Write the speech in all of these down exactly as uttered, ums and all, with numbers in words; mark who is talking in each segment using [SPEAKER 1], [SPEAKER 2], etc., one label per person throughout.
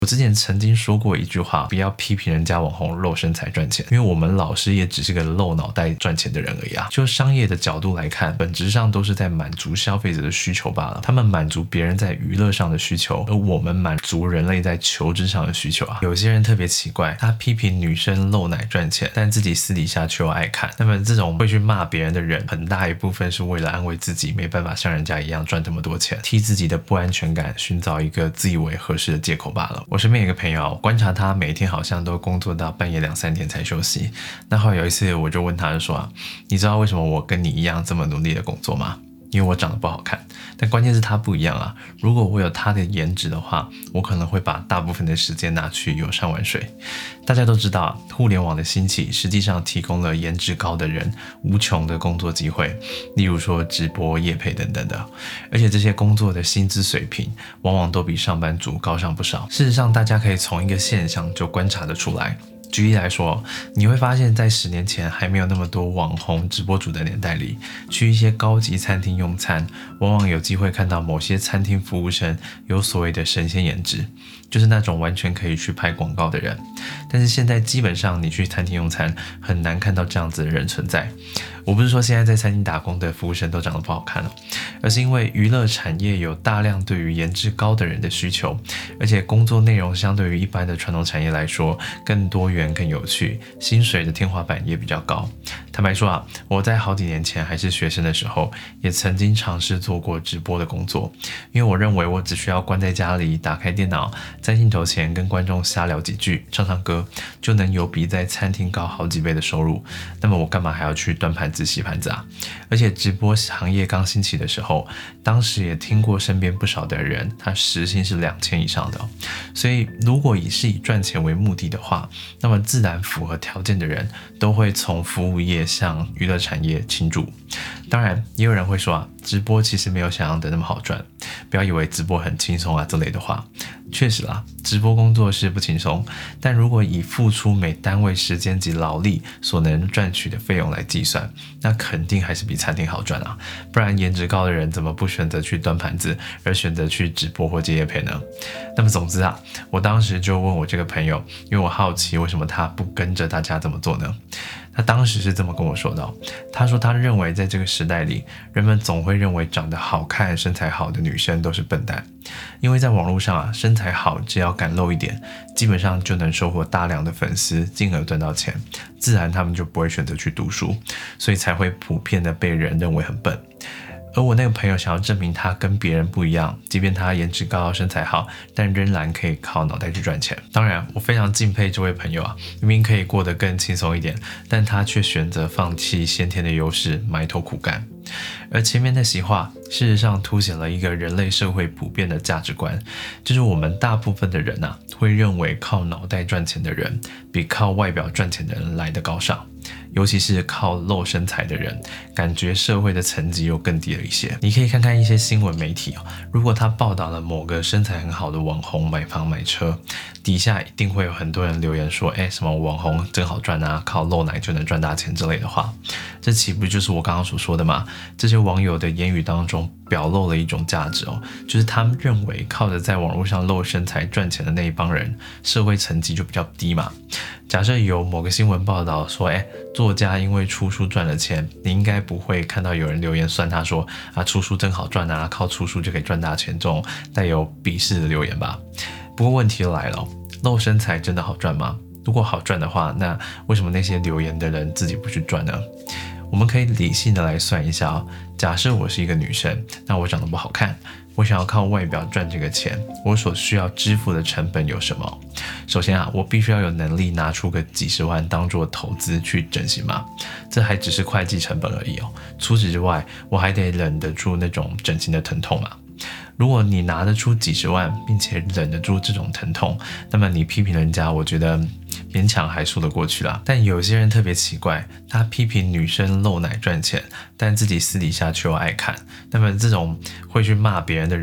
[SPEAKER 1] 我之前曾经说过一句话，不要批评人家网红露身材赚钱，因为我们老师也只是个露脑袋赚钱的人而已啊。就商业的角度来看，本质上都是在满足消费者的需求罢了。他们满足别人在娱乐上的需求，而我们满足人类在求知上的需求啊。有些人特别奇怪，他批评女生露奶赚钱，但自己私底下却又爱看。那么这种会去骂别人的人，很大一部分是为了安慰自己没办法像人家一样赚这么多钱，替自己的不安全感寻找一个自以为合适的借口罢了。我身边有一个朋友，观察他每天好像都工作到半夜两三点才休息。那后来有一次我就问他说啊，你知道为什么我跟你一样这么努力的工作吗？因为我长得不好看，但关键是他不一样啊。如果我有他的颜值的话，我可能会把大部分的时间拿去游山玩水。大家都知道，互联网的兴起实际上提供了颜值高的人无穷的工作机会，例如说直播、业配等等的。而且这些工作的薪资水平往往都比上班族高上不少。事实上，大家可以从一个现象就观察得出来。举例来说，你会发现在十年前还没有那么多网红直播主的年代里，去一些高级餐厅用餐，往往有机会看到某些餐厅服务生有所谓的神仙颜值，就是那种完全可以去拍广告的人。但是现在基本上你去餐厅用餐，很难看到这样子的人存在。我不是说现在在餐厅打工的服务生都长得不好看了，而是因为娱乐产业有大量对于颜值高的人的需求，而且工作内容相对于一般的传统产业来说更多元更有趣，薪水的天花板也比较高。坦白说啊，我在好几年前还是学生的时候，也曾经尝试做过直播的工作，因为我认为我只需要关在家里，打开电脑，在镜头前跟观众瞎聊几句，唱唱歌，就能有比在餐厅高好几倍的收入。那么我干嘛还要去端盘子洗盘子啊？而且直播行业刚兴起的时候，当时也听过身边不少的人，他时薪是两千以上的哦。所以如果以是以赚钱为目的的话，那么自然符合条件的人都会从服务业向娱乐产业倾注。当然也有人会说啊，直播其实没有想象的那么好赚，不要以为直播很轻松啊这类的话。确实啦，直播工作是不轻松，但如果以付出每单位时间及劳力所能赚取的费用来计算，那肯定还是比餐厅好赚啊。不然颜值高的人怎么不选择去端盘子，而选择去直播或接业配呢？那么总之啊，我当时就问我这个朋友，因为我好奇为什么他不跟着大家这么做呢？他当时是这么跟我说的，他说他认为在这个时代里，人们总会认为长得好看、身材好的女生都是笨蛋，因为在网络上啊，身材好只要敢露一点，基本上就能收获大量的粉丝，进而赚到钱，自然他们就不会选择去读书，所以才会普遍的被人认为很笨。而我那个朋友想要证明他跟别人不一样，即便他颜值高、身材好，但仍然可以靠脑袋去赚钱。当然我非常敬佩这位朋友啊，明明可以过得更轻松一点，但他却选择放弃先天的优势，埋头苦干。而前面那席话事实上凸显了一个人类社会普遍的价值观，就是我们大部分的人啊，会认为靠脑袋赚钱的人比靠外表赚钱的人来得高尚，尤其是靠露身材的人，感觉社会的层级又更低了一些。你可以看看一些新闻媒体哦，如果他报道了某个身材很好的网红买房买车，底下一定会有很多人留言说，哎，什么网红真好赚啊，靠露奶就能赚大钱之类的话。这岂不就是我刚刚所说的吗？这些网友的言语当中表露了一种价值哦，就是他们认为靠着在网络上露身材赚钱的那一帮人，社会层级就比较低嘛。假设有某个新闻报道说，哎，作家因为出书赚了钱，你应该不会看到有人留言酸他说啊，出书真好赚啊，靠出书就可以赚大钱，这种带有鄙视的留言吧。不过问题来了，露身材真的好赚吗？如果好赚的话，那为什么那些留言的人自己不去赚呢？我们可以理性的来算一下哦。假设我是一个女生，那我长得不好看，我想要靠外表赚这个钱，我所需要支付的成本有什么？首先啊，我必须要有能力拿出个几十万当做投资去整形嘛，这还只是会计成本而已哦。除此之外，我还得忍得住那种整形的疼痛嘛。如果你拿得出几十万，并且忍得住这种疼痛，那么你批评人家，我觉得勉强还说得过去啦。但有些人特别奇怪，他批评女生露奶赚钱，但自己私底下却又爱看。那么这种会去骂别人的人，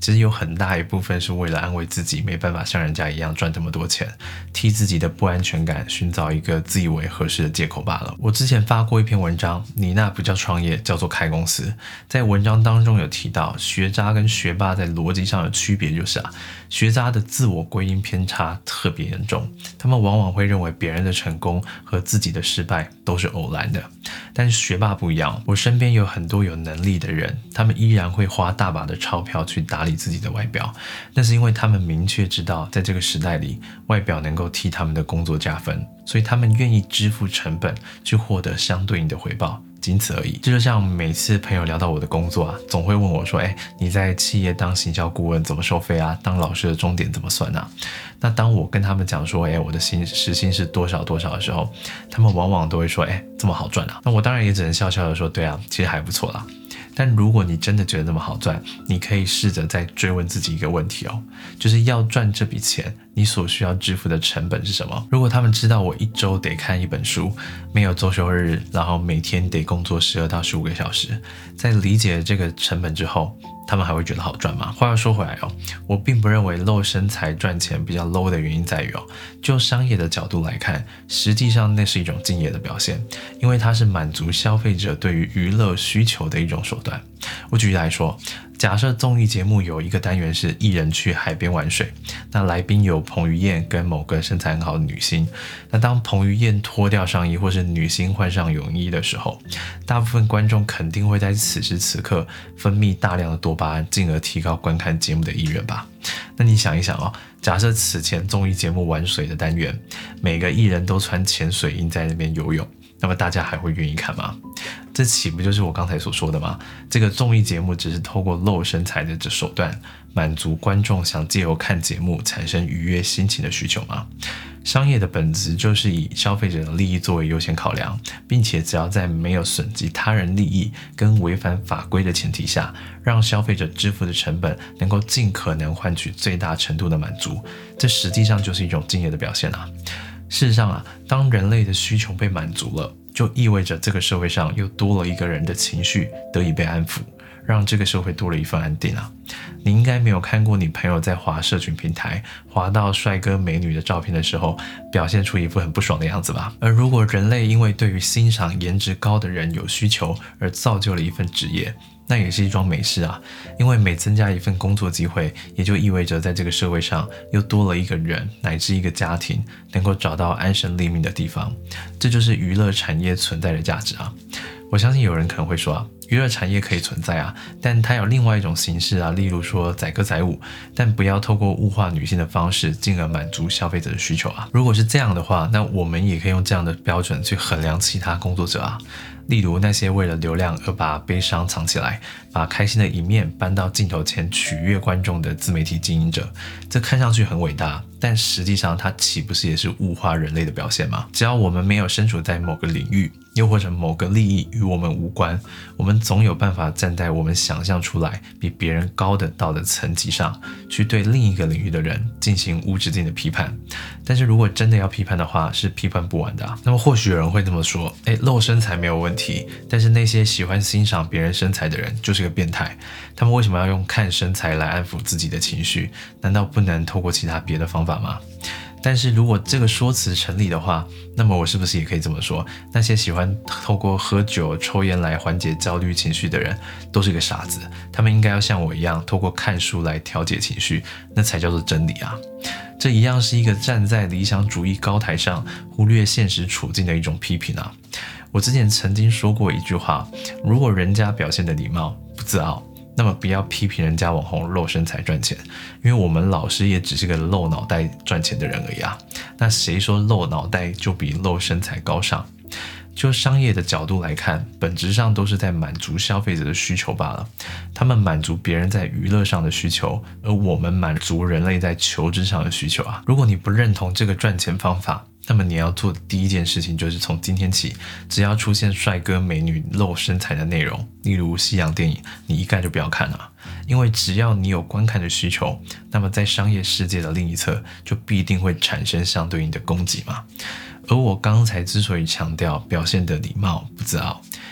[SPEAKER 1] 其实有很大一部分是为了安慰自己没办法像人家一样赚这么多钱，替自己的不安全感寻找一个自以为合适的借口罢了。我之前发过一篇文章，你那不叫创业，叫做开公司。在文章当中有提到，学渣跟学霸在逻辑上的区别就是啊，学渣的自我归因偏差特别严重，他们往往会认为别人的成功和自己的失败都是偶然的。但是学霸不一样，我身边有很多有能力的人，他们依然会花大把的钞票去打理自己的外表，那是因为他们明确知道在这个时代里，外表能够替他们的工作加分，所以他们愿意支付成本去获得相对应的回报，仅此而已。这就像每次朋友聊到我的工作啊，总会问我说，哎，你在企业当行销顾问怎么收费啊？当老师的钟点怎么算啊？那当我跟他们讲说，哎，我的薪时薪是多少多少的时候，他们往往都会说，哎，这么好赚啊？那我当然也只能笑笑的说，对啊，其实还不错啦。但如果你真的觉得那么好赚，你可以试着再追问自己一个问题哦，就是要赚这笔钱，你所需要支付的成本是什么？如果他们知道我一周得看一本书，没有周休日，然后每天得工作十二到十五个小时，在理解这个成本之后，他们还会觉得好赚吗？话又说回来哦，我并不认为露身材赚钱比较 low 的原因在于哦，就商业的角度来看，实际上那是一种敬业的表现，因为它是满足消费者对于娱乐需求的一种手段。我举例来说，假设综艺节目有一个单元是艺人去海边玩水，那来宾有彭于晏跟某个身材很好的女星，那当彭于晏脱掉上衣或是女星换上泳衣的时候，大部分观众肯定会在此时此刻分泌大量的多巴胺，进而提高观看节目的意愿吧。那你想一想哦，假设此前综艺节目玩水的单元，每个艺人都穿潜水衣在那边游泳，那么大家还会愿意看吗？这岂不就是我刚才所说的吗？这个综艺节目只是透过露身材的这手段，满足观众想借由看节目产生愉悦心情的需求吗？商业的本质就是以消费者的利益作为优先考量，并且只要在没有损及他人利益跟违反法规的前提下，让消费者支付的成本能够尽可能换取最大程度的满足，这实际上就是一种敬业的表现啊。事实上啊，当人类的需求被满足了，就意味着这个社会上又多了一个人的情绪得以被安抚，让这个社会多了一份安定啊。你应该没有看过你朋友在滑社群平台滑到帅哥美女的照片的时候，表现出一副很不爽的样子吧？而如果人类因为对于欣赏颜值高的人有需求而造就了一份职业，那也是一桩美事啊，因为每增加一份工作机会，也就意味着在这个社会上又多了一个人乃至一个家庭能够找到安身立命的地方，这就是娱乐产业存在的价值啊。我相信有人可能会说啊，娱乐产业可以存在啊，但它有另外一种形式啊，例如说载歌载舞，但不要透过物化女性的方式，进而满足消费者的需求啊。如果是这样的话，那我们也可以用这样的标准去衡量其他工作者啊。例如那些为了流量而把悲伤藏起来，把开心的一面搬到镜头前取悦观众的自媒体经营者，这看上去很伟大，但实际上它岂不是也是物化人类的表现吗？只要我们没有身处在某个领域，又或者某个利益与我们无关，我们总有办法站在我们想象出来比别人高的道德层级上，去对另一个领域的人进行无止境的批判。但是如果真的要批判的话，是批判不完的啊。那么或许有人会这么说，诶，露身材没有问题，但是那些喜欢欣赏别人身材的人就是个变态，他们为什么要用看身材来安抚自己的情绪？难道不能透过其他别的方法吗？但是如果这个说辞成立的话，那么我是不是也可以这么说，那些喜欢透过喝酒抽烟来缓解焦虑情绪的人都是个傻子，他们应该要像我一样透过看书来调节情绪，那才叫做真理啊。这一样是一个站在理想主义高台上忽略现实处境的一种批评啊。我之前曾经说过一句话，如果人家表现的礼貌不自傲，那么不要批评人家网红露身材赚钱，因为我们老师也只是个露脑袋赚钱的人而已啊。那谁说露脑袋就比露身材高尚？就商业的角度来看，本质上都是在满足消费者的需求罢了。他们满足别人在娱乐上的需求，而我们满足人类在求知上的需求啊。如果你不认同这个赚钱方法，那么你要做的第一件事情就是从今天起，只要出现帅哥美女露身材的内容，例如西洋电影，你一概就不要看了。因为只要你有观看的需求，那么在商业世界的另一侧就必定会产生相对应的供给嘛。而我刚才之所以强调表现的礼貌不自傲，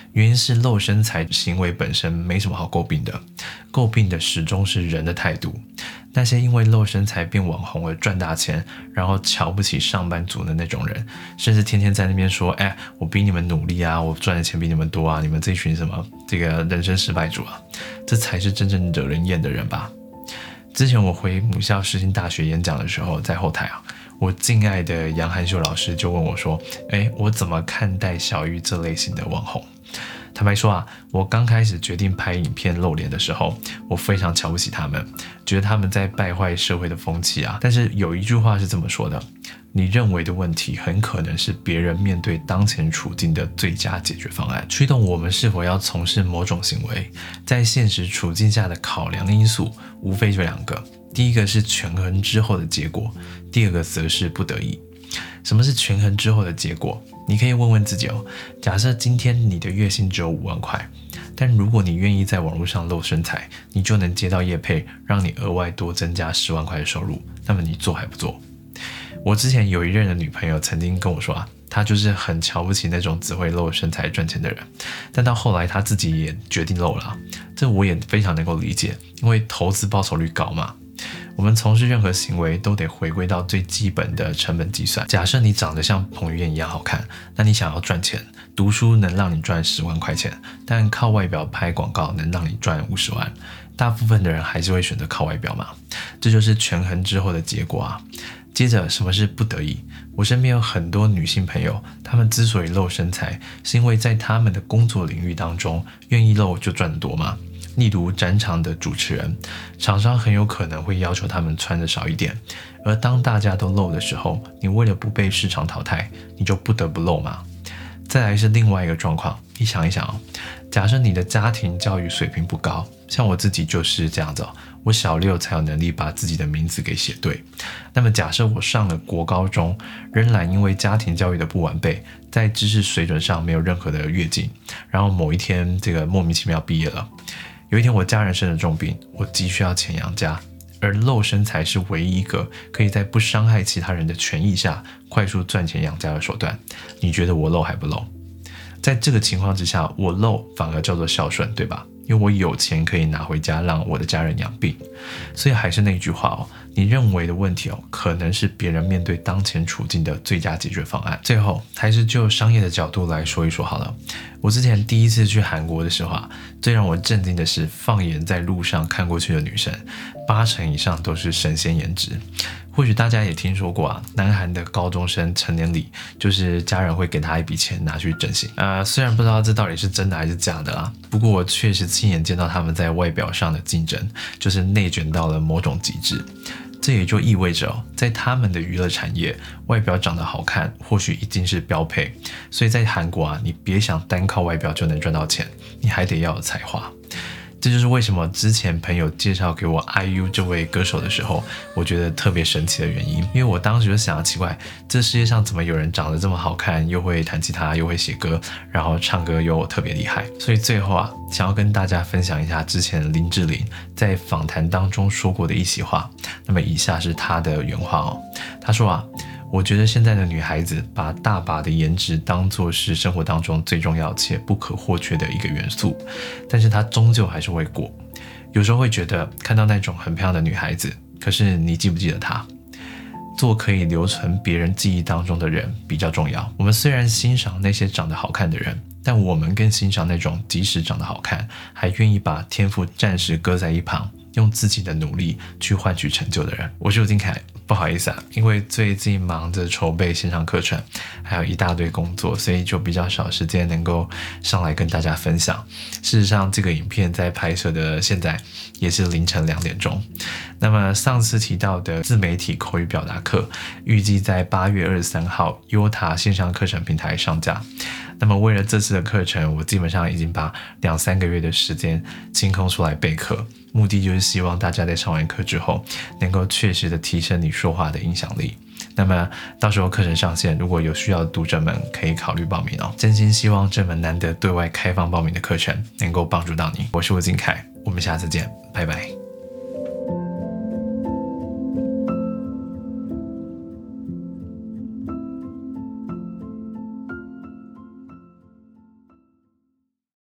[SPEAKER 1] 原因是露身材行为本身没什么好诟病的，诟病的始终是人的态度。那些因为露身材变网红而赚大钱，然后瞧不起上班族的那种人，甚至天天在那边说，哎，我比你们努力啊，我赚的钱比你们多啊，你们这群什么这个人生失败主啊，这才是真正惹人厌的人吧。之前我回母校世新大学演讲的时候，在后台啊，我敬爱的杨涵秀老师就问我说，哎，我怎么看待小玉这类型的网红？坦白说啊，我刚开始决定拍影片露脸的时候，我非常瞧不起他们，觉得他们在败坏社会的风气啊。但是有一句话是这么说的，你认为的问题很可能是别人面对当前处境的最佳解决方案。驱动我们是否要从事某种行为，在现实处境下的考量因素无非就两个，第一个是权衡之后的结果，第二个则是不得已。什么是权衡之后的结果？你可以问问自己哦，假设今天你的月薪只有五万块，但如果你愿意在网络上露身材，你就能接到业配，让你额外多增加十万块的收入，那么你做还不做？我之前有一任的女朋友曾经跟我说啊，她就是很瞧不起那种只会露身材赚钱的人，但到后来她自己也决定露了，这我也非常能够理解，因为投资报酬率高嘛。我们从事任何行为都得回归到最基本的成本计算。假设你长得像彭于晏一样好看，那你想要赚钱，读书能让你赚十万块钱，但靠外表拍广告能让你赚五十万，大部分的人还是会选择靠外表嘛，这就是权衡之后的结果啊。接着，什么是不得已？我身边有很多女性朋友，她们之所以露身材，是因为在她们的工作领域当中，愿意露就赚得多嘛。例如展场的主持人，厂商很有可能会要求他们穿得少一点，而当大家都露的时候，你为了不被市场淘汰，你就不得不露嘛。再来是另外一个状况，你想一想哦，假设你的家庭教育水平不高，像我自己就是这样子哦，我小六才有能力把自己的名字给写对。那么假设我上了国高中，仍然因为家庭教育的不完备，在知识水准上没有任何的跃进，然后某一天这个莫名其妙毕业了。有一天我家人生了重病，我急需要钱养家，而露身材是唯一一个可以在不伤害其他人的权益下快速赚钱养家的手段。你觉得我露还不露？在这个情况之下，我露反而叫做孝顺，对吧？因为我有钱可以拿回家让我的家人养病。所以还是那句话哦，你认为的问题哦，可能是别人面对当前处境的最佳解决方案。最后还是就商业的角度来说一说好了。我之前第一次去韩国的时候啊，最让我震惊的是，放眼在路上看过去的女生，八成以上都是神仙颜值。或许大家也听说过啊，南韩的高中生成年礼就是家人会给他一笔钱拿去整形。呃，虽然不知道这到底是真的还是假的啦，不过我确实亲眼见到他们在外表上的竞争，就是内卷到了某种极致。这也就意味着哦，在他们的娱乐产业，外表长得好看或许已经是标配。所以在韩国啊，你别想单靠外表就能赚到钱，你还得要有才华。这就是为什么之前朋友介绍给我 I U 这位歌手的时候，我觉得特别神奇的原因。因为我当时就想，奇怪，这世界上怎么有人长得这么好看，又会弹吉他，又会写歌，然后唱歌又特别厉害。所以最后啊，想要跟大家分享一下之前林志玲在访谈当中说过的一席话。那么以下是她的原话哦，她说啊，我觉得现在的女孩子把大把的颜值当作是生活当中最重要且不可或缺的一个元素，但是她终究还是会过。有时候会觉得看到那种很漂亮的女孩子，可是你记不记得她？做可以留存别人记忆当中的人比较重要。我们虽然欣赏那些长得好看的人，但我们更欣赏那种即使长得好看，还愿意把天赋暂时搁在一旁，用自己的努力去换取成就的人。我是吴金凯，不好意思啊，因为最近忙着筹备线上课程，还有一大堆工作，所以就比较少时间能够上来跟大家分享。事实上，这个影片在拍摄的现在也是凌晨两点钟。那么上次提到的自媒体口语表达课，预计在八月二十三号 U T A 线上课程平台上架。那么为了这次的课程，我基本上已经把两三个月的时间清空出来备课，目的就是希望大家在上完课之后，能够确实的提升你说话的影响力。那么到时候课程上线，如果有需要的读者们可以考虑报名哦。真心希望这门难得对外开放报名的课程能够帮助到你。我是吴金凯，我们下次见，拜拜。